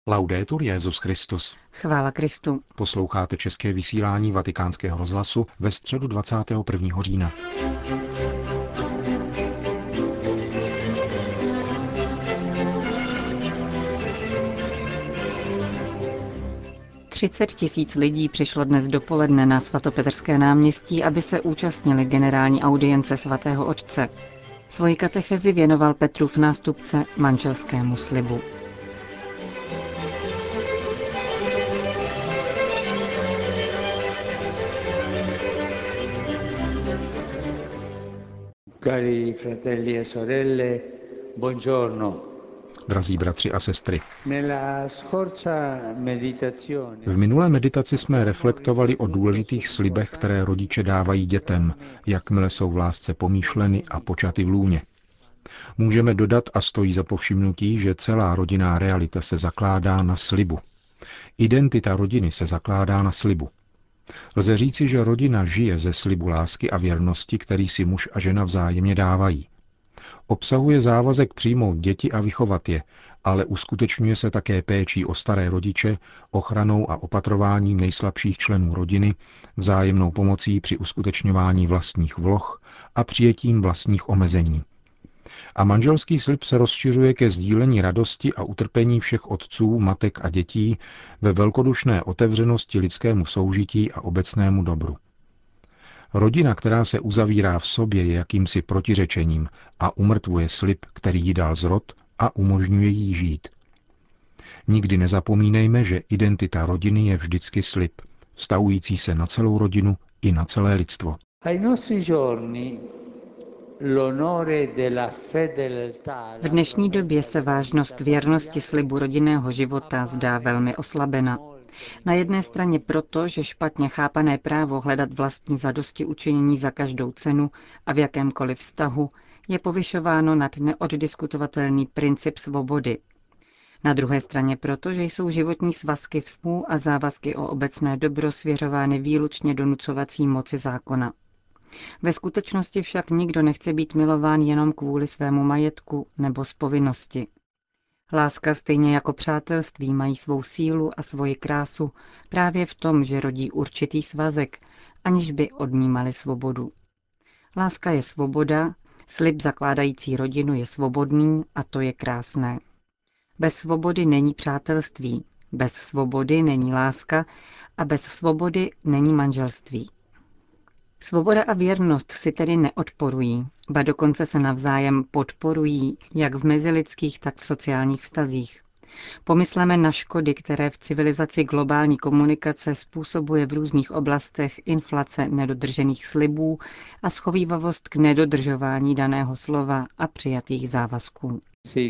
Laudetur Jesus Christus. Chvála Kristu. Posloucháte české vysílání Vatikánského rozhlasu ve středu 21. října. Třicet 000 lidí přišlo dnes dopoledne na svatopetrské náměstí, aby se účastnili generální audience svatého otce. Svoji katechezi věnoval Petrův nástupce manželskému slibu. Cari fratelli e sorelle, buongiorno. Drazí bratři a sestry, v V minulé meditaci jsme reflektovali o důležitých slibech, které rodiče dávají dětem, jakmile jsou v lásce pomýšleny a počaty v lůně. Můžeme dodat a stojí za povšimnutí, že celá rodinná realita se zakládá na slibu. Identita rodiny se zakládá na slibu. Lze říci, že rodina žije ze slibu lásky a věrnosti, který si muž a žena vzájemně dávají. Obsahuje závazek přijmout děti a vychovat je, ale uskutečňuje se také péčí o staré rodiče, ochranou a opatrováním nejslabších členů rodiny, vzájemnou pomocí při uskutečňování vlastních vloh a přijetím vlastních omezení. A manželský slib se rozšiřuje ke sdílení radosti a utrpení všech otců, matek a dětí ve velkodušné otevřenosti lidskému soužití a obecnému dobru. Rodina, která se uzavírá v sobě, je jakýmsi protiřečením a umrtvuje slib, který jí dal zrod a umožňuje jí žít. Nikdy nezapomínejme, že identita rodiny je vždycky slib, vztahující se na celou rodinu i na celé lidstvo. V dnešní době se vážnost věrnosti slibu rodinného života zdá velmi oslabena. Na jedné straně proto, že špatně chápané právo hledat vlastní zadostiučinění za každou cenu a v jakémkoliv vztahu je povyšováno nad neoddiskutovatelný princip svobody. Na druhé straně proto, že jsou životní svazky vztahů a závazky o obecné dobro svěřovány výlučně donucovací moci zákona. Ve skutečnosti však nikdo nechce být milován jenom kvůli svému majetku nebo z povinnosti. Láska stejně jako přátelství mají svou sílu a svoji krásu právě v tom, že rodí určitý svazek, aniž by odnímali svobodu. Láska je svoboda, slib zakládající rodinu je svobodný a to je krásné. Bez svobody není přátelství, bez svobody není láska a bez svobody není manželství. Svoboda a věrnost si tedy neodporují, ba dokonce se navzájem podporují, jak v mezilidských, tak v sociálních vztazích. Pomysleme na škody, které v civilizaci globální komunikace způsobuje v různých oblastech inflace nedodržených slibů a schovívavost k nedodržování daného slova a přijatých závazků.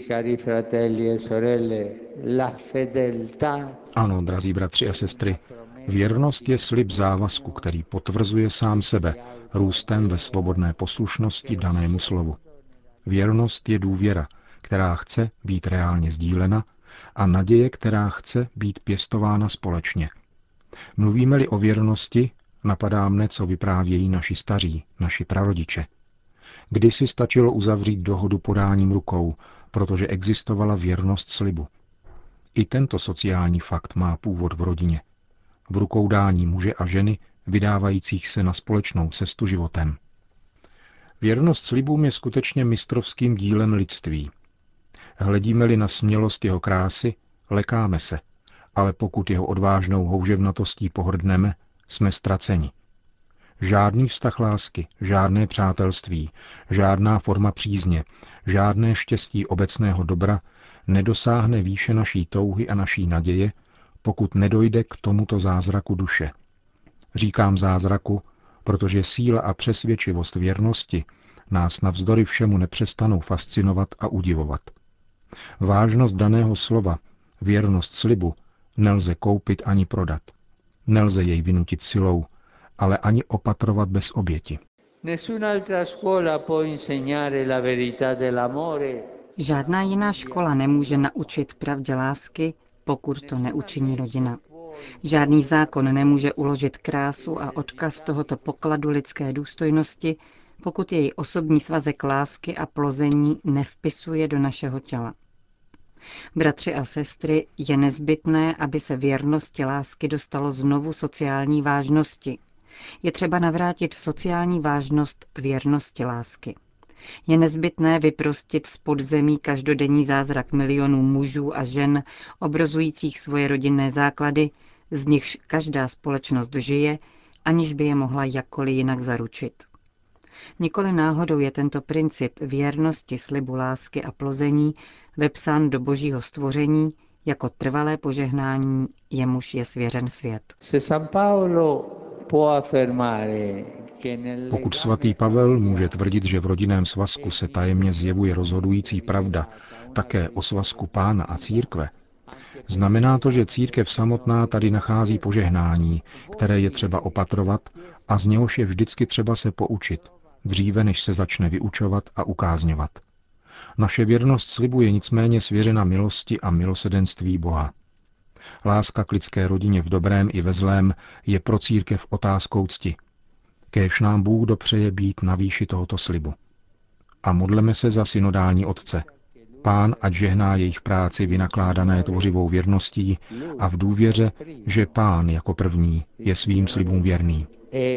Ano, drazí bratři a sestry, věrnost je slib závazku, který potvrzuje sám sebe růstem ve svobodné poslušnosti danému slovu. Věrnost je důvěra, která chce být reálně sdílena, a naděje, která chce být pěstována společně. Mluvíme-li o věrnosti, napadá mne, co vyprávějí naši staří, naši prarodiče. Kdysi stačilo uzavřít dohodu podáním rukou, protože existovala věrnost slibu. I tento sociální fakt má původ v rodině. V rukoudání muže a ženy, vydávajících se na společnou cestu životem. Věrnost slibům je skutečně mistrovským dílem lidství. Hledíme-li na smělost jeho krásy, lekáme se, ale pokud jeho odvážnou houževnatostí pohrdneme, jsme ztraceni. Žádný vztah lásky, žádné přátelství, žádná forma přízně, žádné štěstí obecného dobra nedosáhne výše naší touhy a naší naděje, pokud nedojde k tomuto zázraku duše. Říkám zázraku, protože síla a přesvědčivost věrnosti nás navzdory všemu nepřestanou fascinovat a udivovat. Vážnost daného slova, věrnost slibu, nelze koupit ani prodat. Nelze jej vynutit silou, ale ani opatrovat bez oběti. Žádná jiná škola nemůže naučit pravdě lásky, pokud to neučiní rodina. Žádný zákon nemůže uložit krásu a odkaz tohoto pokladu lidské důstojnosti, pokud jej osobní svazek lásky a plození nevpisuje do našeho těla. Bratři a sestry, je nezbytné, aby se věrnosti lásky dostalo znovu sociální vážnosti. Je třeba navrátit sociální vážnost věrnosti lásky. Je nezbytné vyprostit z podzemí každodenní zázrak milionů mužů a žen, obrazujících svoje rodinné základy, z nichž každá společnost žije, aniž by je mohla jakkoliv jinak zaručit. Nikoli náhodou je tento princip věrnosti slibu lásky a plození vepsán do božího stvoření jako trvalé požehnání, jemuž je svěřen svět. Pokud svatý Pavel může tvrdit, že v rodinném svazku se tajemně zjevuje rozhodující pravda také o svazku Pána a církve, znamená to, že církev samotná tady nachází požehnání, které je třeba opatrovat a z něhož je vždycky třeba se poučit, dříve než se začne vyučovat a ukázňovat. Naše věrnost slibu je nicméně svěřena milosti a milosedenství Boha. Láska k lidské rodině v dobrém i ve zlém je pro církev otázkou cti. Kéž nám Bůh dopřeje být na výši tohoto slibu. A modleme se za synodální otce. Pán ať žehná jejich práci vynakládané tvořivou věrností a v důvěře, že Pán jako první je svým slibům věrný.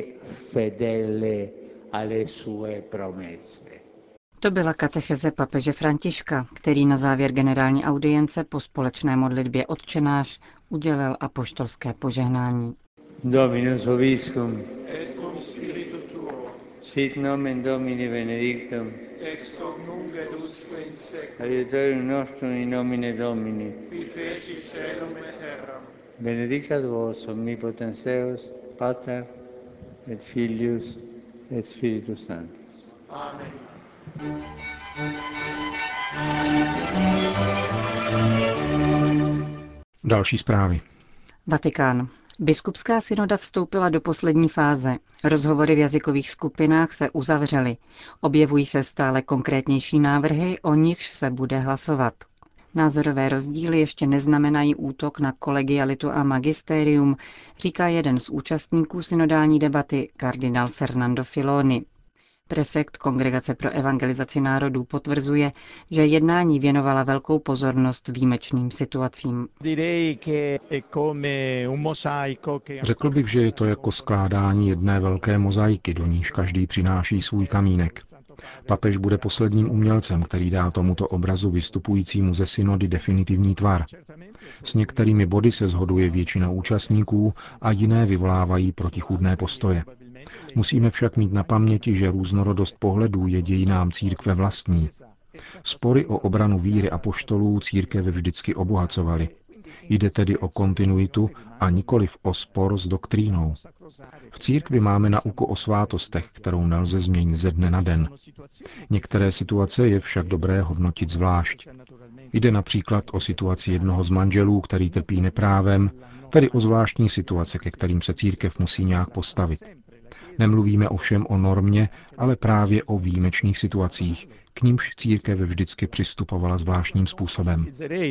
To byla katecheze papeže Františka, který na závěr generální audience po společné modlitbě Otčenáš udělil apoštolské požehnání. Dominus vobiscum, et cum spiritu tuo, sit nomen Domini benedictum, ex hoc nunc et usque in seculum, aiutorium nostrum in nomine Domini, qui feci caelum et terram. Benedicat vos omnipotens Deus, Pater et Filius et Spiritus Sanctus. Amen. Další zprávy. Vatikán. Biskupská synoda vstoupila do poslední fáze. Rozhovory v jazykových skupinách se uzavřely. Objevují se stále konkrétnější návrhy, o nichž se bude hlasovat. Názorové rozdíly ještě neznamenají útok na kolegialitu a magistérium, říká jeden z účastníků synodální debaty, kardinál Fernando Filoni. Prefekt Kongregace pro evangelizaci národů potvrzuje, že jednání věnovala velkou pozornost výjimečným situacím. Řekl bych, že je to jako skládání jedné velké mozaiky, do níž každý přináší svůj kamínek. Papež bude posledním umělcem, který dá tomuto obrazu vystupujícímu ze synody definitivní tvar. S některými body se shoduje většina účastníků a jiné vyvolávají protichůdné postoje. Musíme však mít na paměti, že různorodost pohledů je dějinám církve vlastní. Spory o obranu víry apoštolů církev vždycky obohacovaly. Jde tedy o kontinuitu a nikoliv o spor s doktrínou. V církvi máme nauku o svátostech, kterou nelze změnit ze dne na den. Některé situace je však dobré hodnotit zvlášť. Jde například o situaci jednoho z manželů, který trpí neprávem, tedy o zvláštní situace, ke kterým se církev musí nějak postavit. Nemluvíme ovšem o normě, ale právě o výjimečných situacích, k nímž církev vždycky přistupovala zvláštním způsobem.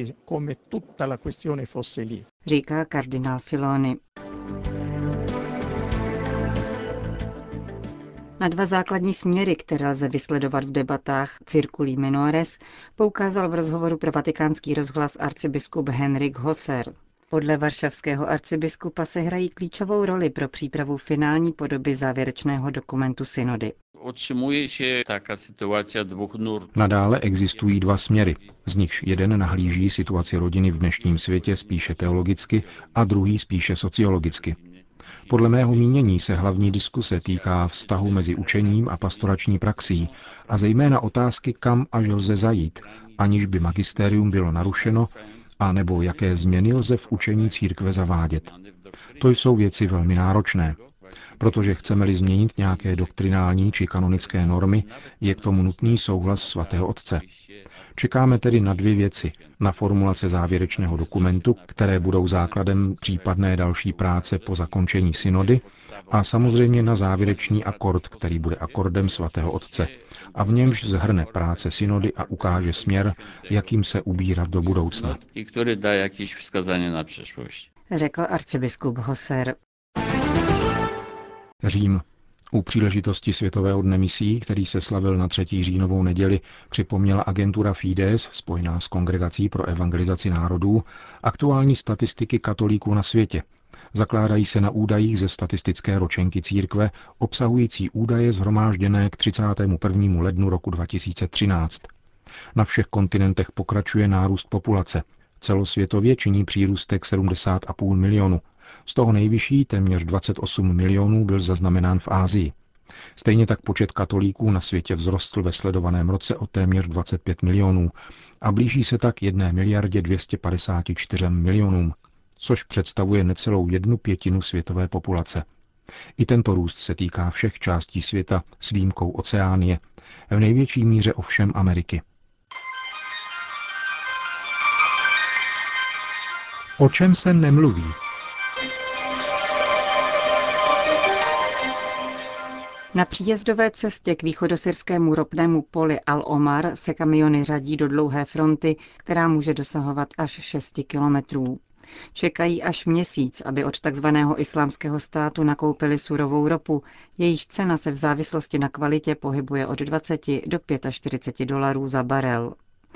Říká kardinál Filoni. Na dva základní směry, které lze vysledovat v debatách Circuli Minores, poukázal v rozhovoru pro Vatikánský rozhlas arcibiskup Henrik Hosser. Podle varšavského arcibiskupa se hrají klíčovou roli pro přípravu finální podoby závěrečného dokumentu synody. Nadále existují dva směry, z nichž jeden nahlíží situaci rodiny v dnešním světě spíše teologicky a druhý spíše sociologicky. Podle mého mínění se hlavní diskuse týká vztahu mezi učením a pastorační praxí a zejména otázky, kam až lze zajít, aniž by magistérium bylo narušeno, a nebo jaké změny lze v učení církve zavádět. To jsou věci velmi náročné, protože chceme-li změnit nějaké doktrinální či kanonické normy, je k tomu nutný souhlas svatého otce. Čekáme tedy na dvě věci. Na formulace závěrečného dokumentu, které budou základem případné další práce po zakončení synody, a samozřejmě na závěrečný akord, který bude akordem svatého otce a v němž zhrne práce synody a ukáže směr, jakým se ubírat do budoucna. Řekl arcibiskup Hosser. Řím. U příležitosti Světového dne misí, který se slavil na 3. říjnovou neděli, připomněla agentura Fides, spojená s Kongregací pro evangelizaci národů, aktuální statistiky katolíků na světě. Zakládají se na údajích ze statistické ročenky církve, obsahující údaje shromážděné k 31. lednu roku 2013. Na všech kontinentech pokračuje nárůst populace. Celosvětově činí přírůstek 70,5 milionu. Z toho nejvyšší, téměř 28 milionů, byl zaznamenán v Asii. Stejně tak počet katolíků na světě vzrostl ve sledovaném roce o téměř 25 milionů a blíží se tak 1 miliardě 254 milionům, což představuje necelou 1/5 světové populace. I tento růst se týká všech částí světa s výjimkou Oceánie, v největší míře ovšem Ameriky. O čem se nemluví? Na příjezdové cestě k východosyrskému ropnému poli Al-Omar se kamiony řadí do dlouhé fronty, která může dosahovat až 6 kilometrů. Čekají až měsíc, aby od tzv. Islámského státu nakoupili surovou ropu, jejíž cena se v závislosti na kvalitě pohybuje od 20 do 45 dolarů za barel.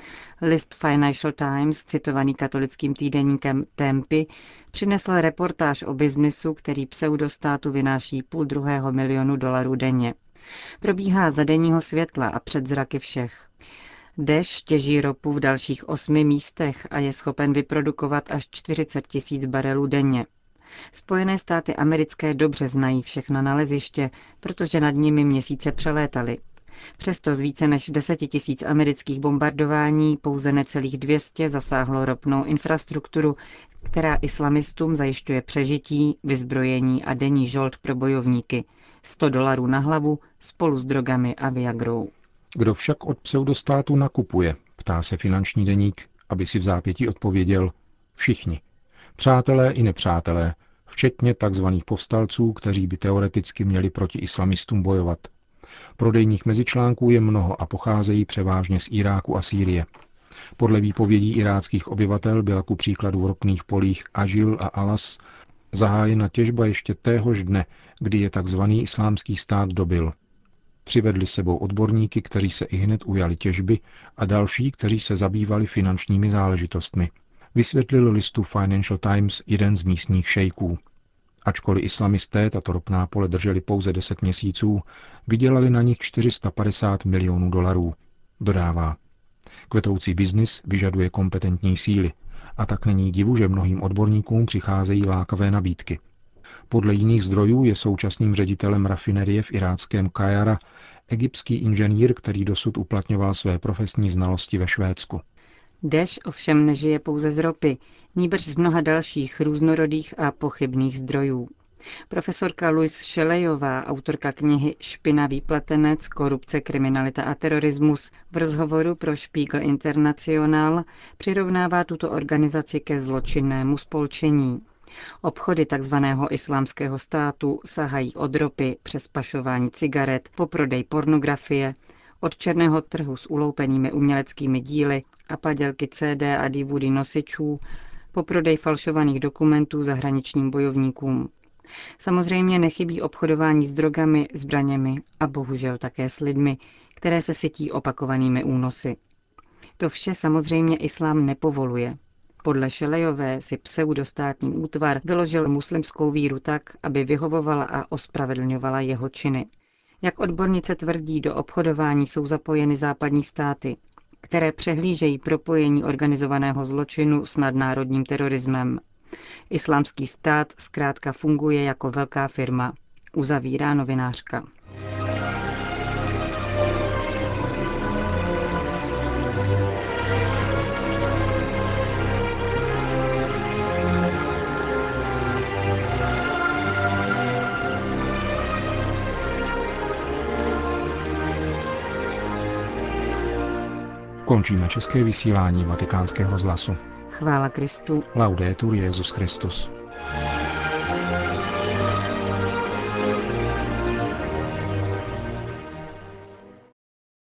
List Financial Times, citovaný katolickým týdeníkem Tempy, přinesl reportáž o biznisu, který pseudostátu vynáší $1,5 milionu denně. Probíhá za denního světla a před zraky všech. Dash těží ropu v dalších 8 místech a je schopen vyprodukovat až 40 000 barelů denně. Spojené státy americké dobře znají všechna naleziště, protože nad nimi měsíce přelétaly. Přesto z více než 10 000 amerických bombardování pouze necelých 200 zasáhlo ropnou infrastrukturu, která islamistům zajišťuje přežití, vyzbrojení a denní žolt pro bojovníky. $100 na hlavu spolu s drogami a viagrou. Kdo však od pseudostátu nakupuje, ptá se finanční deník, aby si v zápětí odpověděl všichni. Přátelé i nepřátelé, včetně tzv. Povstalců, kteří by teoreticky měli proti islamistům bojovat. Prodejních mezičlánků je mnoho a pocházejí převážně z Iráku a Sýrie. Podle výpovědí iráckých obyvatel byla ku příkladu v ropných polích Ažil a Alas zahájena těžba ještě téhož dne, kdy je tzv. Islámský stát dobyl. Přivedli sebou odborníky, kteří se ihned ujali těžby, a další, kteří se zabývali finančními záležitostmi. Vysvětlil listu Financial Times jeden z místních šejků. Ačkoliv islamisté tato ropná pole drželi pouze 10 měsíců, vydělali na nich $450 milionů, dodává. Kvetoucí biznis vyžaduje kompetentní síly a tak není divu, že mnohým odborníkům přicházejí lákavé nabídky. Podle jiných zdrojů je současným ředitelem rafinerie v iráckém Kajara egyptský inženýr, který dosud uplatňoval své profesní znalosti ve Švédsku. Dash ovšem nežije pouze z ropy, nýbrž z mnoha dalších různorodých a pochybných zdrojů. Profesorka Louise Sheleyová, autorka knihy Špinavý pletenec, korupce, kriminalita a terorismus, v rozhovoru pro Spiegel International přirovnává tuto organizaci ke zločinnému spolčení. Obchody tzv. Islámského státu sahají od ropy přes pašování cigaret po prodej pornografie, od černého trhu s uloupenými uměleckými díly a padělky CD a DVD nosičů po prodej falšovaných dokumentů zahraničním bojovníkům. Samozřejmě nechybí obchodování s drogami, zbraněmi a bohužel také s lidmi, které se sytí opakovanými únosy. To vše samozřejmě islám nepovoluje. Podle Šelejové si pseudostátní útvar vyložil muslimskou víru tak, aby vyhovovala a ospravedlňovala jeho činy. Jak odbornice tvrdí, do obchodování jsou zapojeny západní státy, které přehlížejí propojení organizovaného zločinu s nadnárodním terorismem. Islámský stát zkrátka funguje jako velká firma, uzavírá novinářka. Končíme české vysílání Vatikánského rozhlasu. Chvála Kristu. Laudetur Jesus Christus.